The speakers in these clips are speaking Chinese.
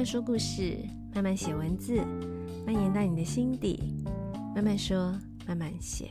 慢说故事，慢慢写文字，蔓延到你的心底，慢慢说，慢慢写。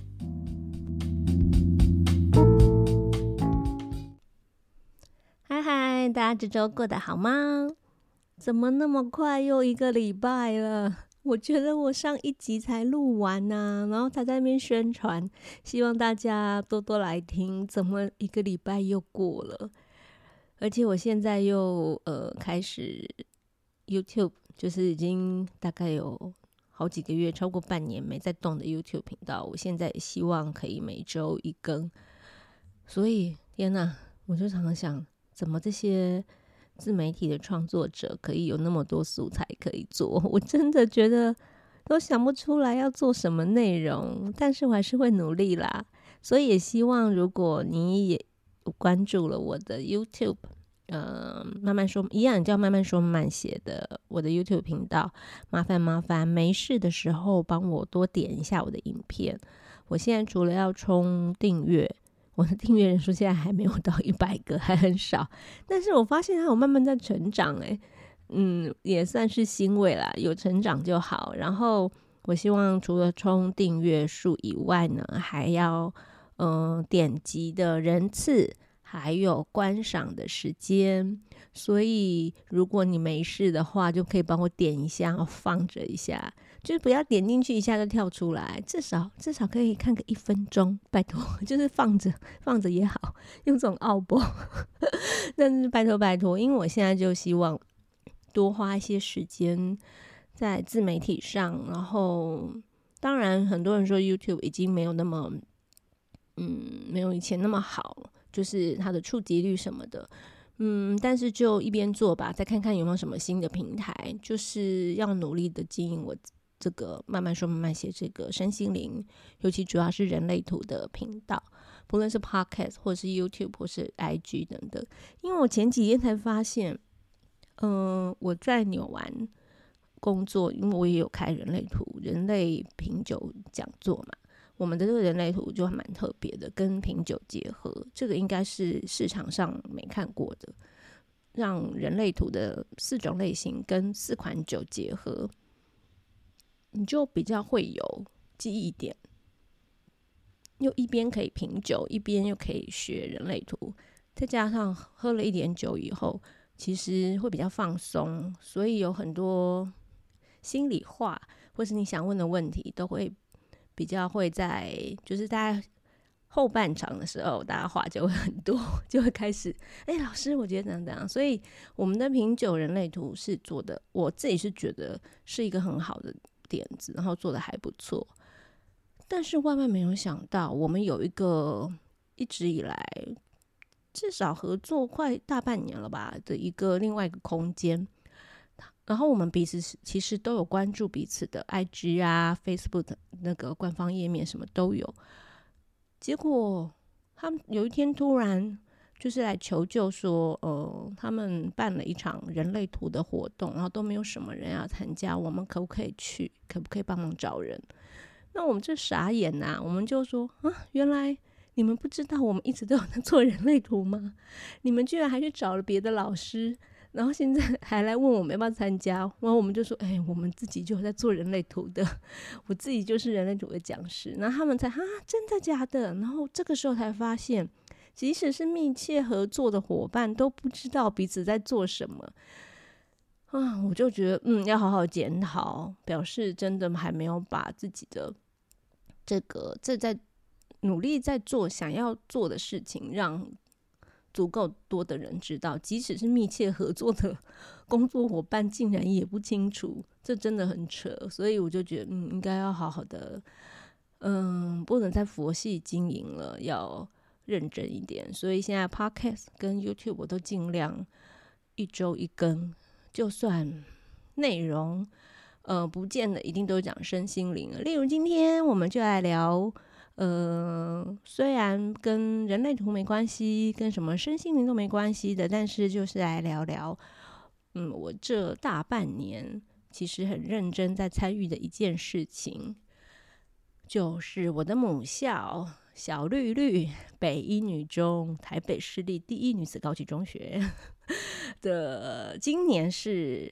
嗨，大家这周过得好吗？怎么那么快又一个礼拜了？我觉得我上一集才录完啊，然后才在那边宣传，希望大家多多来听。怎么一个礼拜又过了？而且我现在又开始 YouTube， 就是已经大概有好几个月，超过半年没在动的 YouTube 频道。我现在也希望可以每周一更。所以天哪，我就常常想，怎么这些自媒体的创作者可以有那么多素材可以做？我真的觉得都想不出来要做什么内容，但是我还是会努力啦。所以也希望如果你也关注了我的 YouTube，慢慢说，一样叫慢慢说慢写的我的 YouTube 频道，麻烦没事的时候帮我多点一下我的影片。我现在除了要冲订阅，我的订阅人数现在还没有到100个，还很少，但是我发现它有慢慢在成长也算是欣慰啦，有成长就好。然后我希望除了冲订阅数以外呢，还要点击的人次还有观赏的时间，所以如果你没事的话，就可以帮我点一下，放着一下，就是不要点进去一下就跳出来，至少可以看个1分钟，拜托，就是放着也好，用这种奥博但是拜托，因为我现在就希望多花一些时间在自媒体上。然后当然很多人说 YouTube 已经没有那么没有以前那么好，就是它的触及率什么的，但是就一边做吧，再看看有没有什么新的平台，就是要努力的经营我这个慢慢说慢慢写这个身心灵，尤其主要是人类图的频道，不论是 Podcast 或是 YouTube 或是 IG 等等。因为我前几天才发现我在纽湾工作，因为我也有开人类图人类品酒讲座嘛，我们的这个人类图就还蛮特别的，跟品酒结合，这个应该是市场上没看过的，让人类图的4种类型跟4款酒结合，你就比较会有记忆点，又一边可以品酒，一边又可以学人类图，再加上喝了一点酒以后，其实会比较放松，所以有很多心里话或是你想问的问题都会比较会在就是大家后半场的时候，大家话就会很多，就会开始老师我觉得怎样。所以我们的品酒人类图是做的，我自己是觉得是一个很好的点子，然后做的还不错。但是万万没有想到，我们有一个一直以来至少合作快大半年了吧的另外一个空间，然后我们彼此其实都有关注彼此的 IG 啊 Facebook 的那个官方页面什么都有，结果他们有一天突然就是来求救说他们办了一场人类图的活动，然后都没有什么人要参加，我们可不可以去，可不可以帮忙找人。那我们就傻眼我们就说原来你们不知道我们一直都有在做人类图吗？你们居然还去找了别的老师，然后现在还来问我们要不要参加。然后我们就说我们自己就有在做人类图的，我自己就是人类图的讲师。然后他们才真的假的？然后这个时候才发现，即使是密切合作的伙伴都不知道彼此在做什么我就觉得要好好检讨，表示真的还没有把自己的这在努力在做想要做的事情让足够多的人知道，即使是密切合作的工作伙伴竟然也不清楚，这真的很扯。所以我就觉得应该要好好的不能再佛系经营了，要认真一点。所以现在 Podcast 跟 YouTube 我都尽量1周1更，就算内容不见得一定都讲身心灵了。例如今天我们就来聊虽然跟人类图没关系，跟什么身心灵都没关系的，但是就是来聊聊我这大半年其实很认真在参与的一件事情，就是我的母校小绿绿北一女中，台北市立第1女子高级中学的今年是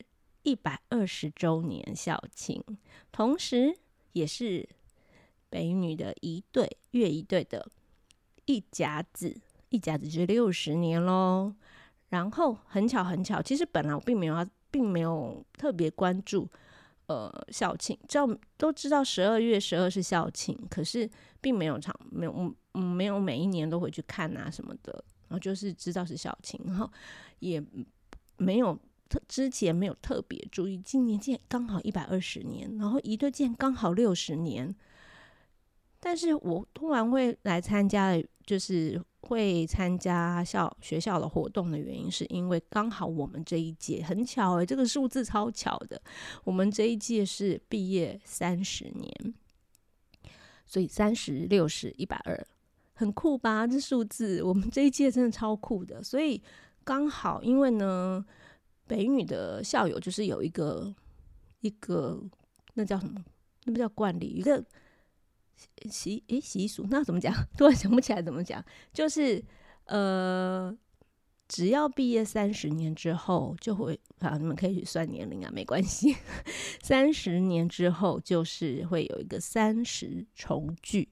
120周年校庆，同时也是北女的乐仪队的一甲子就60年咯。然后很巧，其实本来我并没有特别关注校庆，都知道12月12是校庆，可是并没有没有每一年都回去看啊什么的，然后就是知道是校庆，然后也没有之前没有特别注意，今年竟然刚好120年，然后仪队竟然刚好60年。但是我突然会来参加的，就是会参加学校的活动的原因，是因为刚好我们这一届很巧这个数字超巧的，我们这一届是毕业30年，所以30、60、120，很酷吧？这数字，我们这一届真的超酷的。所以刚好，因为呢，北女的校友就是有一个那叫什么？那不叫惯例，一个习俗，那怎么讲？突然想不起来怎么讲。就是只要毕业30年之后，就会你们可以去算年龄啊，没关系。30年之后，就是会有一个30重聚，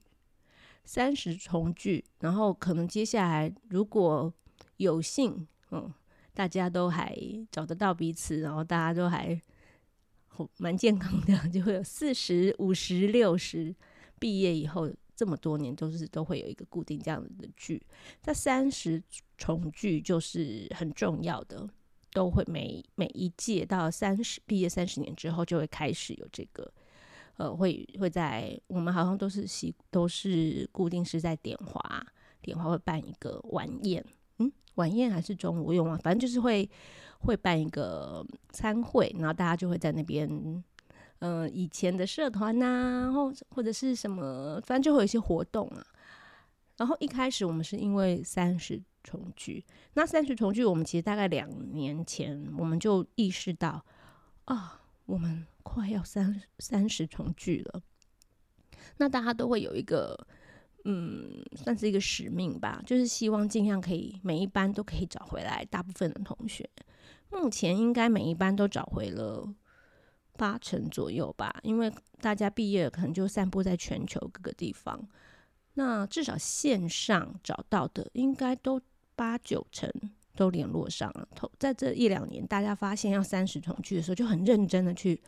然后可能接下来如果有幸，大家都还找得到彼此，然后大家都还蛮健康的，就会有40、50、60。毕业以后这么多年都会有一个固定这样子的剧，在30重聚就是很重要的，都会每一届到毕业30年之后就会开始有这个会在我们好像都是固定是在点华会办一个晚宴，晚宴还是中午我忘了，反正就是会办一个餐会，然后大家就会在那边以前的社团啊，或者是什么，反正就会有一些活动啊。然后一开始我们是因为30重聚，那30重聚我们其实大概2年前我们就意识到我们快要30重聚了。那大家都会有一个算是一个使命吧，就是希望尽量可以每一班都可以找回来大部分的同学。目前应该每一班都找回了80%左右吧，因为大家毕业可能就散布在全球各个地方，那至少线上找到的应该都8、9成都联络上了。在这1-2年，大家发现要30重聚的时候，就很认真的去，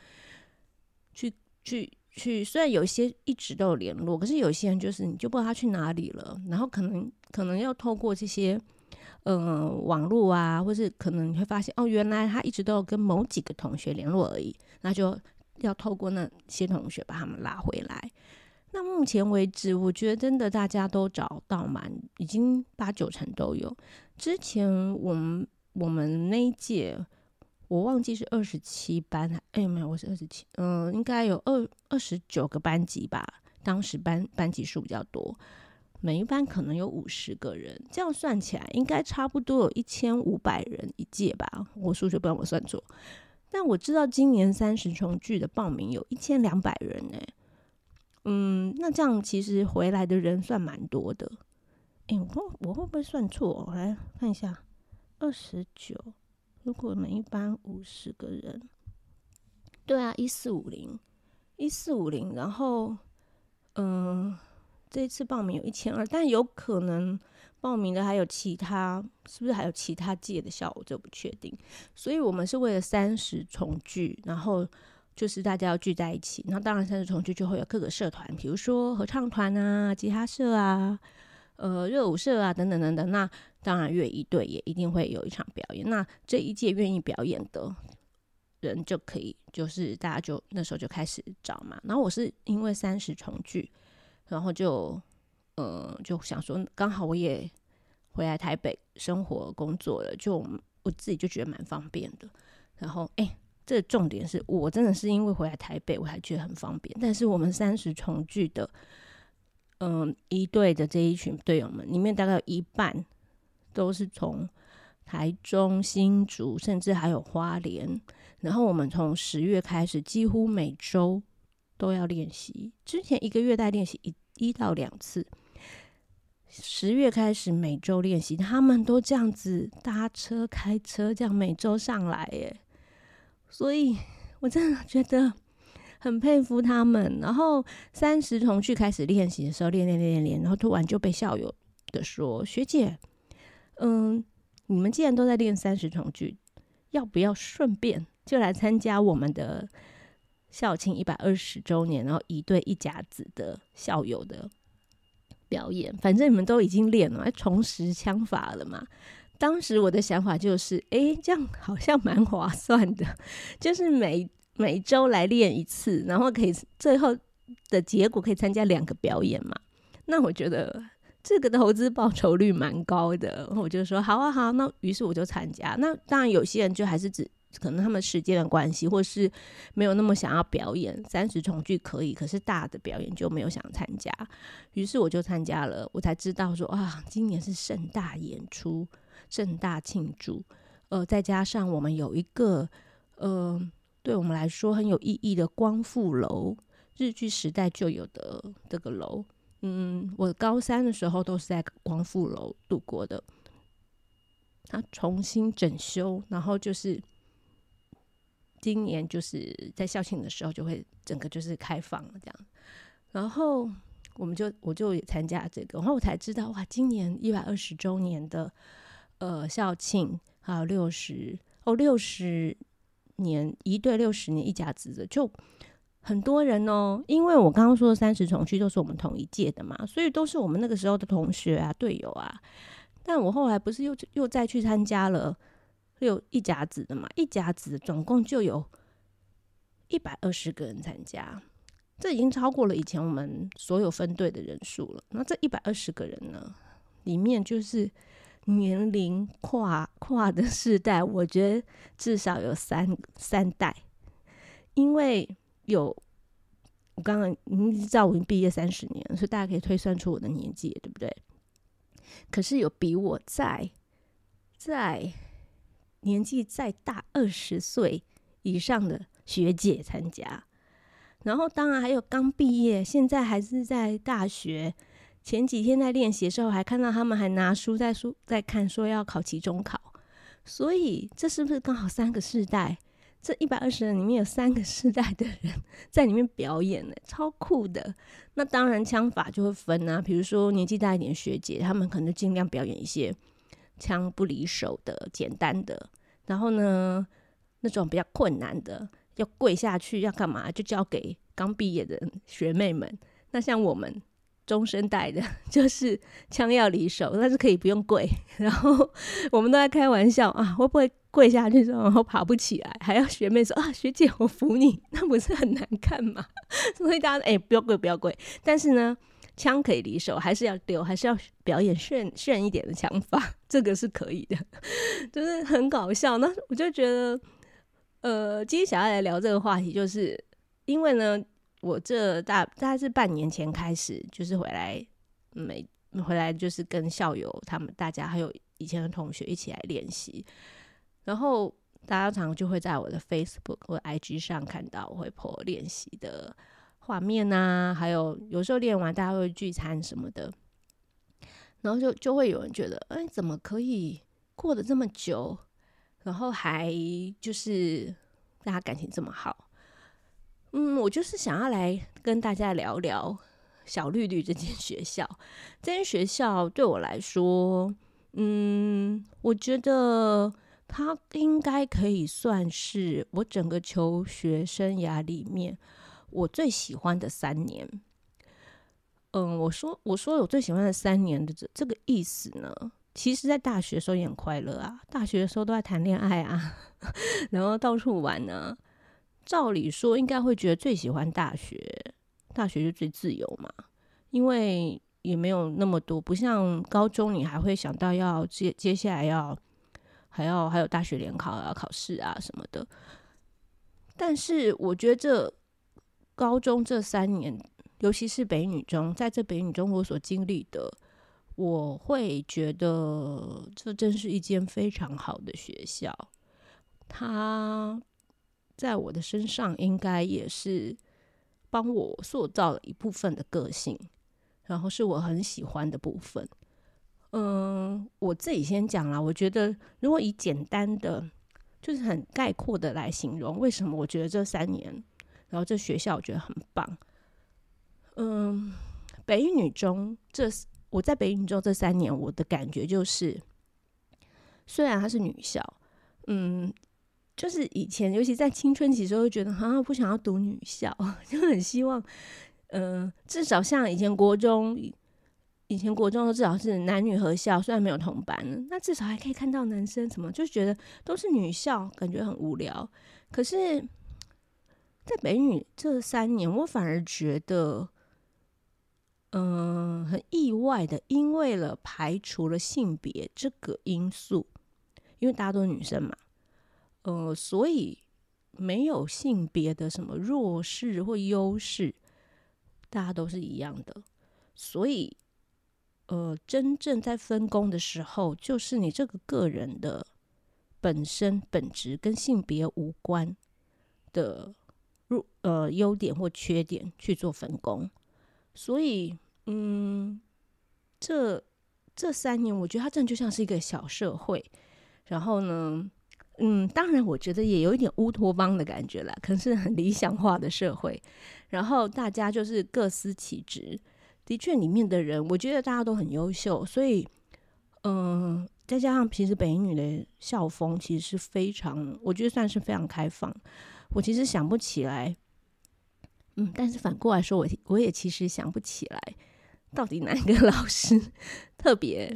虽然有一些一直都有联络，可是有些人就是你就不知道他去哪里了，然后可能要透过这些网络啊，或是可能你会发现原来他一直都有跟某几个同学联络而已，那就要透过那些同学把他们拉回来。那目前为止，我觉得真的大家都找到已经8、9成都有。之前我们那一届，我忘记是27班，没有，我是27，应该有29个班级吧。当时班级数比较多，每一班可能有50个人，这样算起来应该差不多有1500人一届吧。我数学不让我算错，但我知道今年30重聚的报名有1200人呢。那这样其实回来的人算蛮多的。我会不会算错？我来看一下，29，如果每一班50个人，对啊，1450，然后这一次报名有1200，但有可能报名的还有其他，是不是还有其他届的校，我就不确定。所以我们是为了30重聚，然后就是大家要聚在一起，然后当然30重聚就会有各个社团，比如说合唱团啊、吉他社啊、热舞社啊等等等等。那当然乐仪队也一定会有一场表演。那这一届愿意表演的人就可以，就是大家就那时候就开始找嘛。然后我是因为30重聚，然后就想说，刚好我也回来台北生活工作了，就我自己就觉得蛮方便的。然后这个重点是我真的是因为回来台北我还觉得很方便，但是我们30重聚的一队的这一群队友们里面，大概有一半都是从台中、新竹，甚至还有花莲。然后我们从10月开始，几乎每周都要练习。之前1个月大概练习1到2次，10月开始每周练习，他们都这样子搭车、开车，这样每周上来耶。 所以我真的觉得很佩服他们。然后30重去开始练习的时候，练，然后突然就被校友的说：“学姐，你们既然都在练30重剧，要不要顺便就来参加我们的校庆120周年，然后一对一甲子的校友的表演？反正你们都已经练了，重拾枪法了嘛。”当时我的想法就是，这样好像蛮划算的，就是每周来练一次，然后可以最后的结果可以参加2个表演嘛。那我觉得这个投资报酬率蛮高的，我就说好啊好，那于是我就参加。那当然有些人就还是可能他们时间的关系，或是没有那么想要表演，30重剧可以，可是大的表演就没有想参加。于是我就参加了，我才知道说今年是盛大演出，盛大庆祝，再加上我们有一个对我们来说很有意义的光复楼，日据时代就有的这个楼。我高3的时候都是在光复楼度过的，它重新整修，然后就是今年就是在校庆的时候就会整个就是开放了这样。然后我就也参加这个，然后我才知道今年120周年的校庆，还有60年一对60年一甲子的，就很多人哦。因为我刚刚说的30重剧都是我们同一届的嘛，所以都是我们那个时候的同学啊、队友啊。但我后来不是又再去参加了一甲子的嘛，一甲子总共就有120个人参加，这已经超过了以前我们所有分队的人数了。那这120个人呢，里面就是年龄跨的世代，我觉得至少有三代，因为我刚刚你知道我已经毕业30年了，所以大家可以推算出我的年纪，对不对？可是有比我在年纪再大20岁以上的学姐参加，然后当然还有刚毕业现在还是在大学，前几天在练习的时候还看到他们还拿书在看，说要考期中考。所以这是不是刚好3个世代？这120人里面有3个世代的人在里面表演呢，超酷的。那当然枪法就会分啊，比如说年纪大一点的学姐，他们可能尽量表演一些枪不离手的简单的，然后呢那种比较困难的要跪下去要干嘛，就交给刚毕业的学妹们。那像我们中生代的就是枪要离手，但是可以不用跪，然后我们都在开玩笑会不会跪下去之后然后爬不起来，还要学妹说学姐我扶你，那不是很难看吗？所以大家不要跪，但是呢枪可以离手，还是要丢，还是要表演炫一点的枪法，这个是可以的，就是很搞笑。那我就觉得今天想要来聊这个话题，就是因为呢我这大概是半年前开始，就是回来就是跟校友他们大家还有以前的同学一起来练习，然后大家常常就会在我的 Facebook 或 IG 上看到我会 po 练习的画面啊，还有时候练完大家会聚餐什么的，然后就会有人觉得怎么可以过得这么久，然后还就是大家感情这么好。我就是想要来跟大家聊聊小绿绿这间学校。这间学校对我来说，我觉得它应该可以算是我整个求学生涯里面我最喜欢的3年。我说我最喜欢的3年的这个意思呢，其实在大学的时候也很快乐啊，大学的时候都在谈恋爱啊然后到处玩啊。照理说应该会觉得最喜欢大学就最自由嘛，因为也没有那么多，不像高中你还会想到要接下来还有大学联考要考试啊什么的。但是我觉得高中这3年，尤其是北女中，在这北女中我所经历的，我会觉得这真是一间非常好的学校。它在我的身上应该也是帮我塑造了一部分的个性，然后是我很喜欢的部分。我自己先讲啦，我觉得如果以简单的就是很概括的来形容为什么我觉得这3年，然后这学校我觉得很棒。北一女中我在北一女中这3年，我的感觉就是，虽然它是女校，就是以前尤其在青春期的时候，会觉得不想要读女校，就很希望，至少像以前国中至少是男女合校，虽然没有同班，那至少还可以看到男生什么，就觉得都是女校，感觉很无聊。可是，在北女这3年，我反而觉得，很意外的，因为排除了性别这个因素，因为大家都是女生嘛，所以没有性别的什么弱势或优势，大家都是一样的，所以。真正在分工的时候，就是你这个个人的本身本质跟性别无关的优点或缺点去做分工。所以，这3年，我觉得它真的就像是一个小社会。然后呢，当然我觉得也有一点乌托邦的感觉啦，可能是很理想化的社会。然后大家就是各司其职。的确，里面的人，我觉得大家都很优秀，所以，再加上其实北一女的校风其实是非常，我觉得算是非常开放。我其实想不起来，但是反过来说，我也其实想不起来，到底哪一个老师特别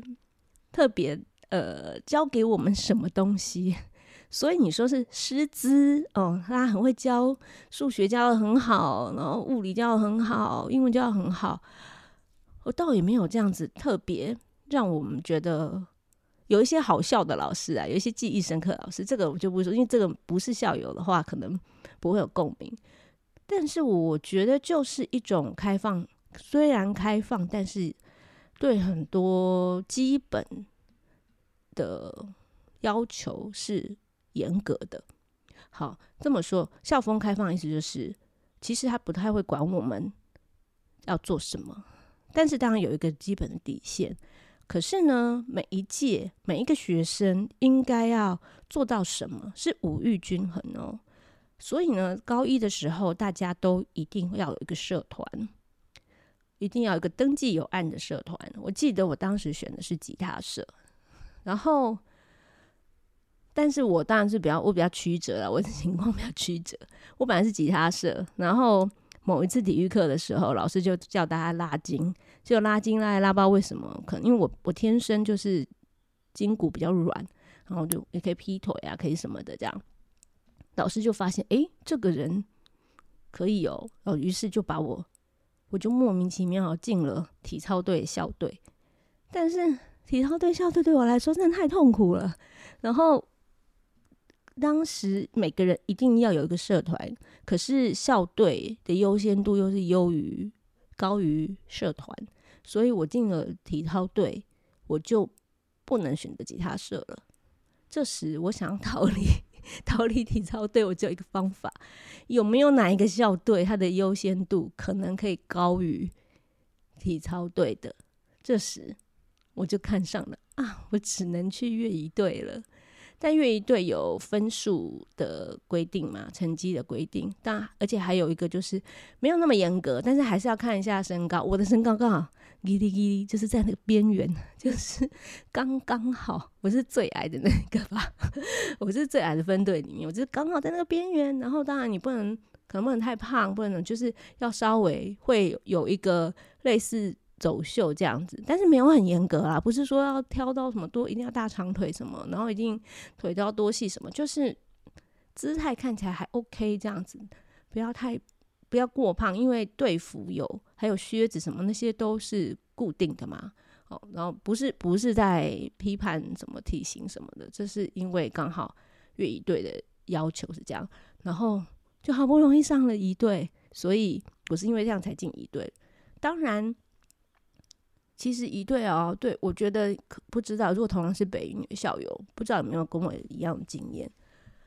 教给我们什么东西。所以你说是师资他很会教数学，教得很好，然后物理教得很好，英文教得很好。我倒也没有这样子特别让我们觉得有一些好笑的老师啊，有一些记忆深刻的老师，这个我就不说，因为这个不是校友的话，可能不会有共鸣。但是我觉得就是一种开放，虽然开放，但是对很多基本的要求是严格的。好，这么说，校风开放的意思就是，其实他不太会管我们要做什么。但是当然有一个基本的底线，可是呢，每一届每一个学生应该要做到什么是五育均衡哦。所以呢，高一的时候大家都一定要有一个社团，一定要有一个登记有案的社团。我记得我当时选的是吉他社，然后，但是我当然是比较曲折啦，我的情况比较曲折。我本来是吉他社，然后某一次体育课的时候，老师就叫大家拉筋，就拉筋拉不知道为什么，可能因为我天生就是筋骨比较软，然后就也可以劈腿啊，可以什么的这样。老师就发现，这个人可以于是就把我就莫名其妙进了体操队校队。但是体操队校队对我来说真的太痛苦了。然后当时每个人一定要有一个社团，可是校队的优先度又是高于社团，所以我进了体操队，我就不能选择吉他社了。这时我想逃离体操队，我只有一个方法：有没有哪一个校队它的优先度可能可以高于体操队的？这时我就看上了我只能去乐仪队了。但乐仪队有分数的规定嘛，成绩的规定，而且还有一个就是没有那么严格，但是还是要看一下身高。我的身高刚好就是在那个边缘，就是刚刚好，我是最矮的那个吧，我是最矮的分队里面，我就是刚好在那个边缘。然后当然你可能不能太胖，不能就是要稍微会有一个类似走秀这样子，但是没有很严格啦，不是说要挑到什么多一定要大长腿什么，然后一定腿都要多细什么，就是姿态看起来还 OK 这样子，不要过胖，因为队服还有靴子什么那些都是固定的嘛。然后不是在批判什么体型什么的，这是因为刚好乐仪队的要求是这样，然后就好不容易上了仪队，所以我是因为这样才进仪队。当然其实仪队对，我觉得不知道，如果同样是北一女的校友，不知道有没有跟我一样的经验。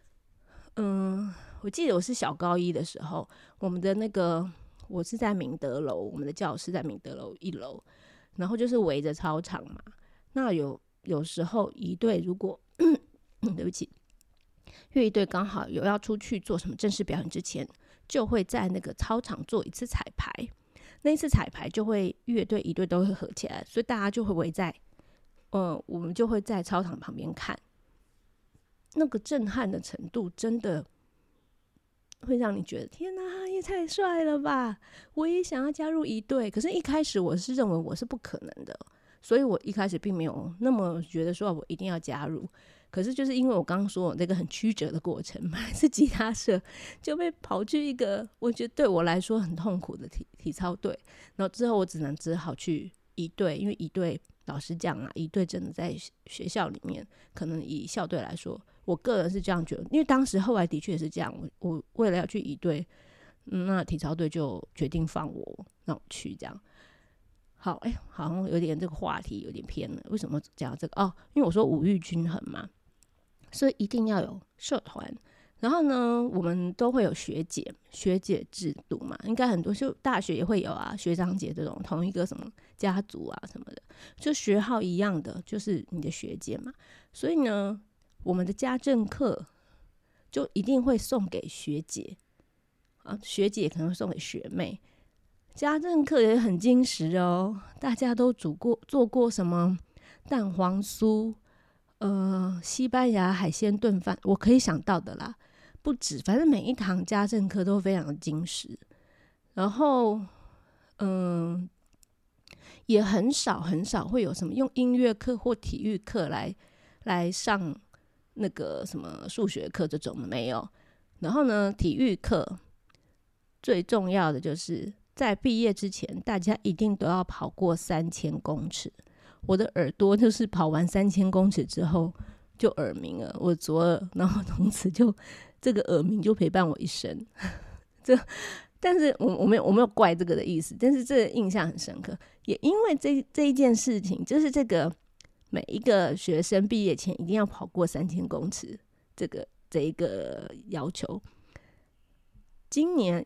我记得我是小高一的时候，我们的我是在明德楼，我们的教室在明德楼1楼，然后就是围着操场嘛。那有时候仪队如果对不起， 乐仪队刚好有要出去做什么正式表演之前，就会在那个操场做一次彩排。那一次彩排就会乐队仪队都会合起来，所以大家就会围在我们就会在操场旁边看。那个震撼的程度真的会让你觉得天哪，也太帅了吧，我也想要加入仪队。可是一开始我是认为我是不可能的，所以我一开始并没有那么觉得说我一定要加入。可是就是因为我刚刚说我这个很曲折的过程，本来是吉他社，就被跑去一个我觉得对我来说很痛苦的体操队，然后之后我只好去仪队，因为仪队老实讲啊，仪队真的在学校里面，可能以校队来说，我个人是这样觉得，因为当时后来的确是这样，我为了要去仪队，那体操队就决定放我，让我去这样。好，好像有点这个话题有点偏了。为什么讲这个？因为我说五育均衡嘛，所以一定要有社团。然后呢，我们都会有学姐制度嘛，应该很多就大学也会有啊，学长姐这种同一个什么家族啊什么的，就学号一样的，就是你的学姐嘛。所以呢，我们的家政课就一定会送给学姐啊，学姐可能会送给学妹。家政课也很精实哦，大家都做过什么蛋黄酥、西班牙海鲜炖饭，我可以想到的啦，不止，反正每一堂家政课都非常的精实。然后，也很少会有什么用音乐课或体育课来上那个什么数学课这种没有。然后呢，体育课最重要的就是在毕业之前，大家一定都要跑过3000公尺。我的耳朵就是跑完3000公尺之后就耳鸣了，我左耳，然后从此就这个耳鸣就陪伴我一生。但是我没有怪这个的意思，但是这个印象很深刻。也因为这一件事情，就是这个每一个学生毕业前一定要跑过3000公尺这一个要求。今年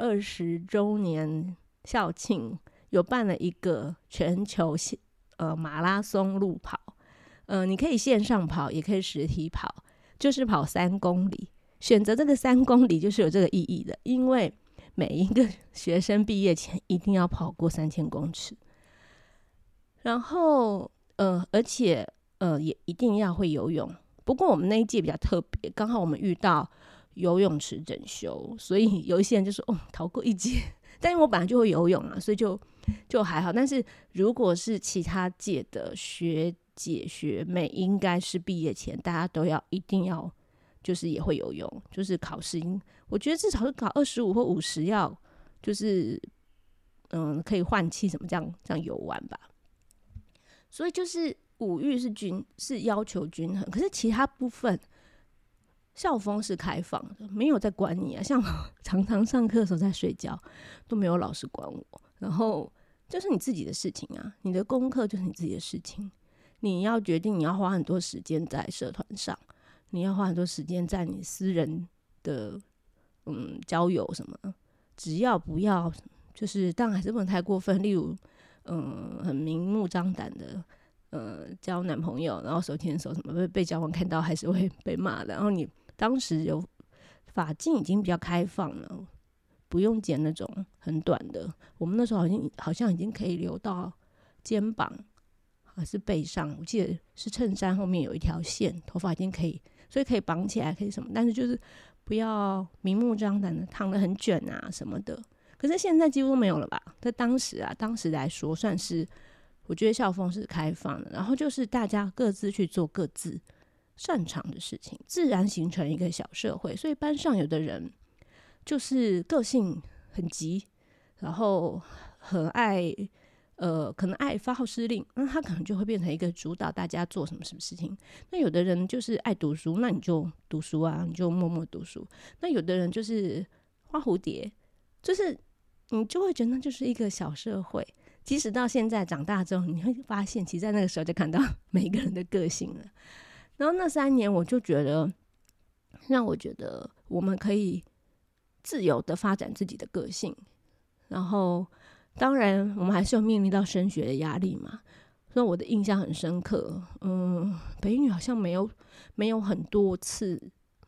120周年校庆有办了一个全球马拉松路跑，你可以线上跑，也可以实体跑，就是跑3公里。选择这个3公里就是有这个意义的，因为每一个学生毕业前一定要跑过3000公尺，然后而且也一定要会游泳。不过我们那一届比较特别，刚好我们遇到游泳池整修，所以有一些人就说逃过一劫。但因为我本来就会游泳啊，所以就还好。但是如果是其他届的学姐学妹，应该是毕业前大家一定要就是也会游泳，就是考试我觉得至少是考25或50要就是可以换气什么这样游玩吧。所以就是五育是要求均衡，可是其他部分校风是开放的，没有在管你啊。像我常常上课的时候在睡觉，都没有老师管我。然后就是你自己的事情啊，你的功课就是你自己的事情。你要决定你要花很多时间在社团上，你要花很多时间在你私人的交友什么，只要不要就是当然还是不能太过分，例如很明目张胆的交男朋友，然后手牵手什么被交往看到还是会被骂的。然后你当时有发髻已经比较开放了，不用剪那种很短的，我们那时候好像已经可以留到肩膀还是背上，我记得是衬衫后面有一条线，头发已经可以，所以可以绑起来可以什么，但是就是不要明目张胆的烫得很卷啊什么的。可是现在几乎都没有了吧，在当时来说算是我觉得校风是开放的，然后就是大家各自去做各自擅长的事情，自然形成一个小社会。所以班上有的人就是个性很急，然后很爱可能爱发号施令，那他可能就会变成一个主导大家做什么事情。那有的人就是爱读书，那你就读书啊，你就默默读书。那有的人就是花蝴蝶，就是你就会觉得那就是一个小社会。即使到现在长大之后，你会发现其实在那个时候就看到每一个人的个性了。然后那3年我就觉得让我觉得我们可以自由的发展自己的个性，然后当然我们还是有面临到升学的压力嘛，所以我的印象很深刻。北一女好像没有很多次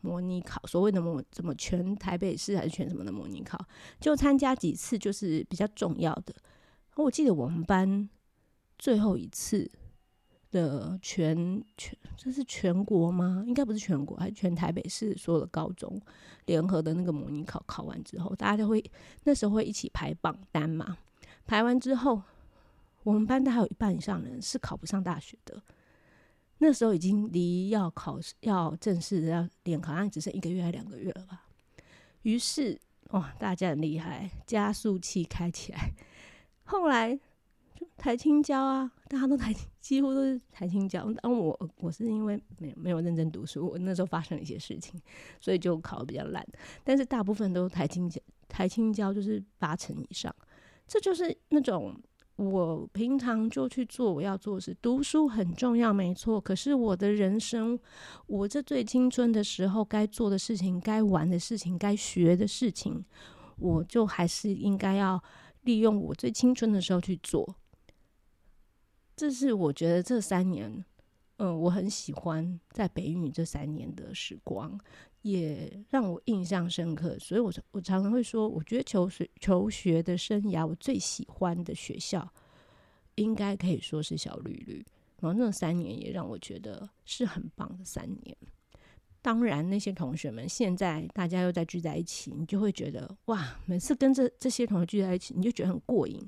模拟考，所谓的怎么全台北市还是全什么的模拟考，就参加几次就是比较重要的。我记得我们班最后一次的这是全国吗？应该不是全国，还是全台北市所有的高中联合的那个模拟考考完之后，大家就会那时候会一起排榜单嘛。排完之后，我们班大概有一半以上的人是考不上大学的。那时候已经离要正式的要联考，好像只剩1个月还2个月了吧。于是哇，大家很厉害，加速器开起来。后来就台清交啊，大家都几乎都是台清交。我是因为没有认真读书，我那时候发生了一些事情，所以就考得比较烂。但是大部分都台清交就是80%以上。这就是那种我平常就去做我要做的事，读书很重要没错，可是我的人生，我这最青春的时候该做的事情，该玩的事情，该学的事情，我就还是应该要利用我最青春的时候去做。这是我觉得这3年我很喜欢在北一女这3年的时光，也让我印象深刻。所以我常常会说，我觉得求学的生涯，我最喜欢的学校应该可以说是小绿绿。然后那3年也让我觉得是很棒的3年。当然那些同学们现在大家又再聚在一起，你就会觉得哇，每次跟这些同学聚在一起，你就觉得很过瘾。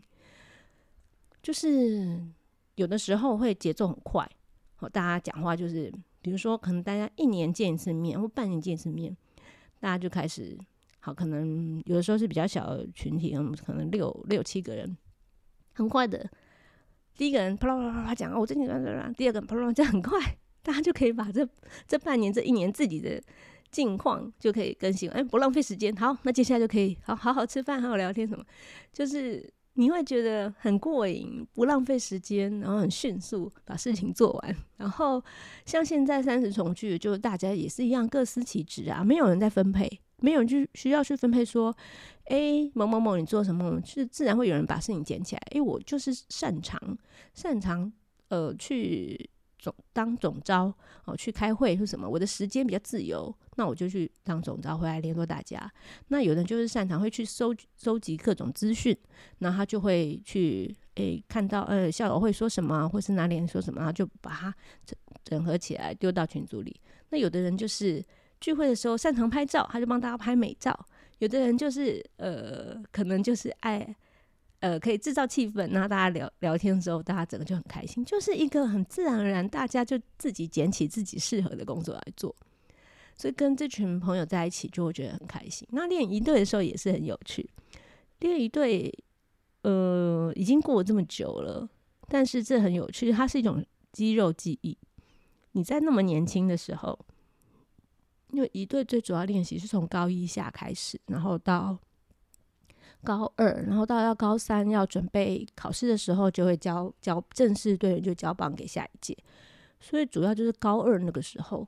就是有的时候会节奏很快，大家讲话就是比如说可能大家1年见一次面或半年见一次面，大家就开始可能有的时候是比较小的群体，可能6、7个人，很快的第一个人啪啦啪啦啪讲我最近第二个人啪啦这样很快，大家就可以把这半年这1年自己的近况就可以更新，不浪费时间。好，那接下来就可以好好吃饭，好好聊天什么，就是你会觉得很过瘾，不浪费时间，然后很迅速把事情做完。然后像现在30重聚，就大家也是一样各司其职啊，没有人在分配，没有人就需要去分配说某某某你做什么，是自然会有人把事情捡起来。我就是擅长去当总召去开会或什么，我的时间比较自由，那我就去当总召回来联络大家。那有人就是擅长会去收集各种资讯，那他就会去看到校友会说什么，或是哪里人说什么，然后就把它整合起来丢到群组里。那有的人就是聚会的时候擅长拍照，他就帮大家拍美照。有的人就是可能就是爱可以制造气氛，然后大家聊天的时候，大家整个就很开心，就是一个很自然而然，大家就自己捡起自己适合的工作来做。所以跟这群朋友在一起就会觉得很开心。那练一队的时候也是很有趣，练一队已经过了这么久了，但是这很有趣，它是一种肌肉记忆。你在那么年轻的时候，因为一队最主要练习是从高1下开始，然后到高2，然后到高3要准备考试的时候，就会交正式队员就交棒给下一届。所以主要就是高2那个时候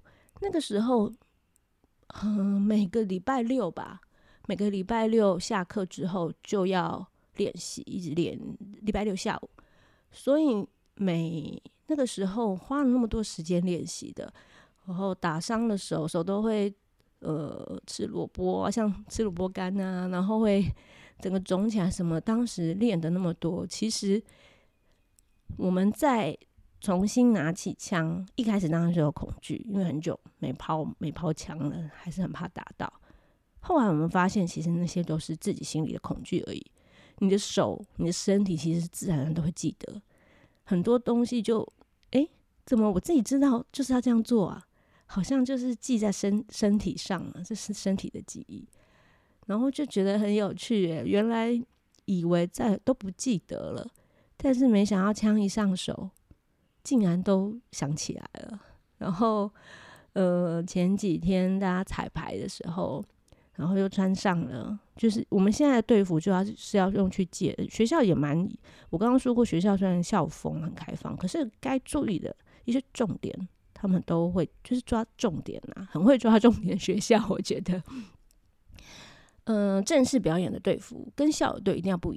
每个礼拜六吧，每个礼拜六下课之后就要练习，一直练，礼拜六下午。所以那个时候花了那么多时间练习的，然后打伤了手都会吃萝卜，像吃萝卜干啊，然后会整个肿起来什么。当时练的那么多，其实我们在重新拿起枪，一开始当然就有恐惧，因为很久没抛枪了，还是很怕打到。后来我们发现，其实那些都是自己心里的恐惧而已。你的手、你的身体，其实自然而然都会记得很多东西就。怎么我自己知道就是要这样做啊？好像就是记在身体上了，这是身体的记忆。然后就觉得很有趣耶，原来以为都不记得了，但是没想到枪一上手，竟然都想起来了。然后前几天大家彩排的时候，然后又穿上了，就是我们现在的队服是要用去借的。学校也我刚刚说过，学校虽然校风很开放，可是该注意的一些重点，他们都会就是抓重点啊，很会抓重点。学校我觉得，正式表演的队服跟校友队一定要不一样。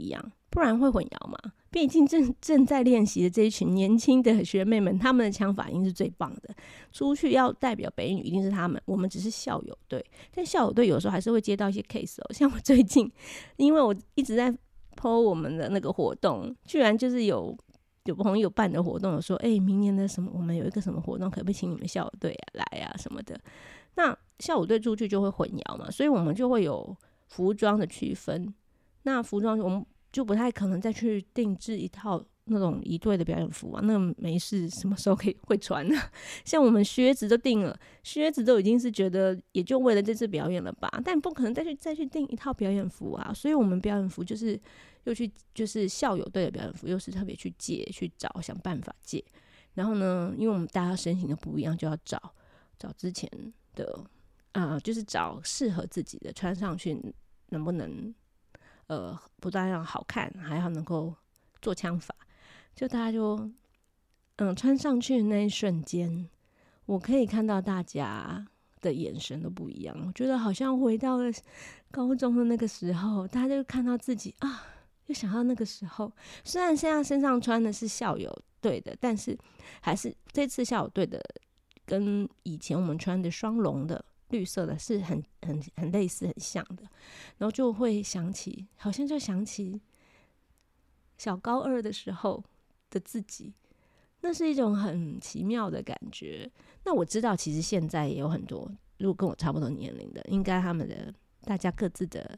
不然会混淆嘛。毕竟正在练习的这一群年轻的学妹们，他们的枪法一定是最棒的，出去要代表北一女一定是他们，我们只是校友队。但校友队有时候还是会接到一些 case 像我最近，因为我一直在 po 我们的那个活动，居然就是有朋友办的活动，有说明年的什么我们有一个什么活动，可不可以请你们校友队来啊什么的。那校友队出去就会混淆嘛，所以我们就会有服装的区分。那服装我们就不太可能再去定制一套那种一队的表演服啊，那没事什么时候会穿啊？像我们靴子都定了，靴子都已经是觉得也就为了这次表演了吧，但不可能再去定一套表演服啊，所以我们表演服就是又去就是校友队的表演服，又是特别去找想办法借。然后呢，因为我们大家身形都不一样，就要找之前的就是找适合自己的，穿上去能不能不但要好看，还要能够做枪法。就大家就穿上去的那一瞬间，我可以看到大家的眼神都不一样，我觉得好像回到了高中的那个时候，大家就看到自己就想到那个时候。虽然现在身上穿的是校友队的，但是还是这次校友队的跟以前我们穿的双龙的绿色的是很类似很像的，然后就会好像就想起小高二的时候的自己，那是一种很奇妙的感觉。那我知道其实现在也有很多如果跟我差不多年龄的，应该他们的大家各自的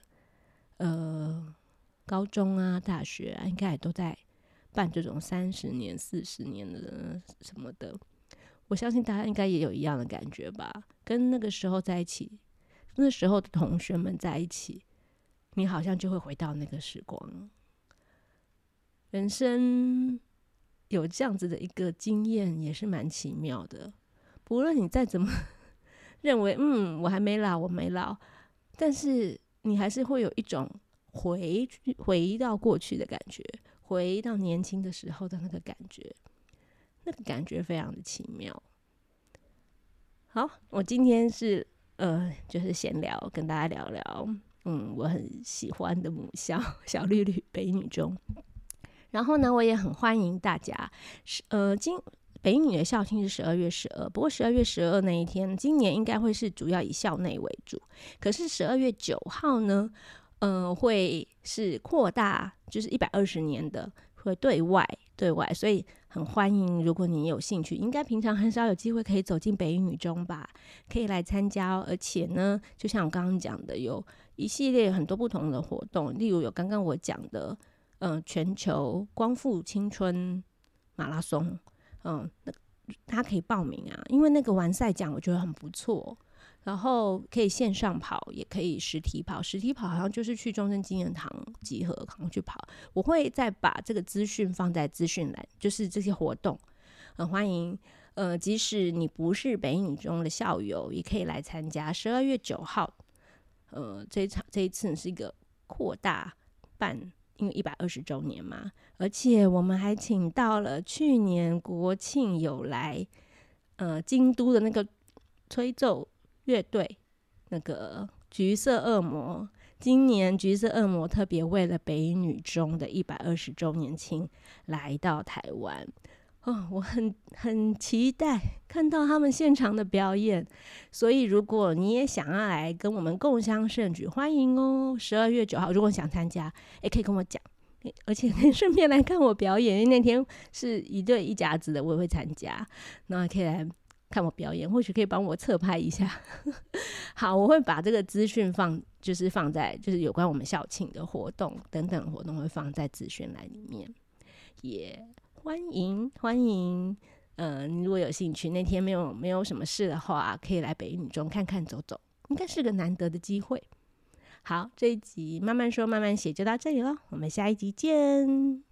高中啊大学啊，应该也都在办这种30年40年的什么的。我相信大家应该也有一样的感觉吧，跟那个时候在一起，那时候的同学们在一起，你好像就会回到那个时光。人生有这样子的一个经验也是蛮奇妙的，不论你再怎么认为我还没老我没老，但是你还是会有一种回到过去的感觉，回到年轻的时候的那个感觉，那个感觉非常的奇妙。好，我今天是就是闲聊，跟大家聊聊我很喜欢的母校小绿绿北一女中。然后呢，我也很欢迎大家北一女的校庆是12月12，不过12月12那一天今年应该会是主要以校内为主，可是12月9号呢会是扩大，就是120年的会对外，所以很欢迎，如果你有兴趣，应该平常很少有机会可以走进北一女中吧，可以来参加而且呢，就像我刚刚讲的，有一系列很多不同的活动，例如有刚刚我讲的全球光复青春马拉松，他可以报名啊，因为那个完赛奖我觉得很不错，然后可以线上跑，也可以实体跑。实体跑好像就是去中正纪念堂集合，然后去跑。我会再把这个资讯放在资讯栏，就是这些活动，欢迎。即使你不是北一女中的校友，也可以来参加。12月9号，这一次是一个扩大办，因为120周年嘛，而且我们还请到了去年国庆有来京都的那个吹奏乐队，那个橘色恶魔。今年橘色恶魔特别为了北一女中的120周年庆来到台湾，我很期待看到他们现场的表演，所以如果你也想要来跟我们共襄盛举，欢迎哦。12月9号如果想参加也可以跟我讲，而且可以顺便来看我表演，因为那天是一对一甲子的，我也会参加，那可以来看我表演，或许可以帮我侧拍一下好，我会把这个资讯放在就是有关我们校庆的活动等等活动会放在资讯栏里面，也欢迎你如果有兴趣，那天没有什么事的话，可以来北一女中看看走走，应该是个难得的机会。好，这一集慢慢说慢慢写就到这里了，我们下一集见。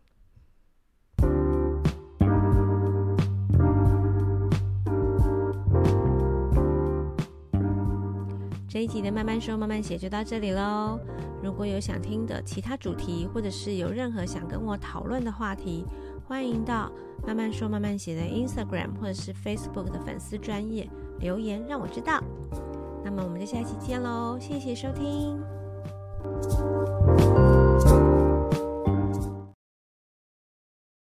这一集的慢慢说慢慢写就到这里咯，如果有想听的其他主题，或者是有任何想跟我讨论的话题，欢迎到慢慢说慢慢写的 Instagram 或者是 Facebook 的粉丝专页留言让我知道。那么我们就下一期见咯，谢谢收听。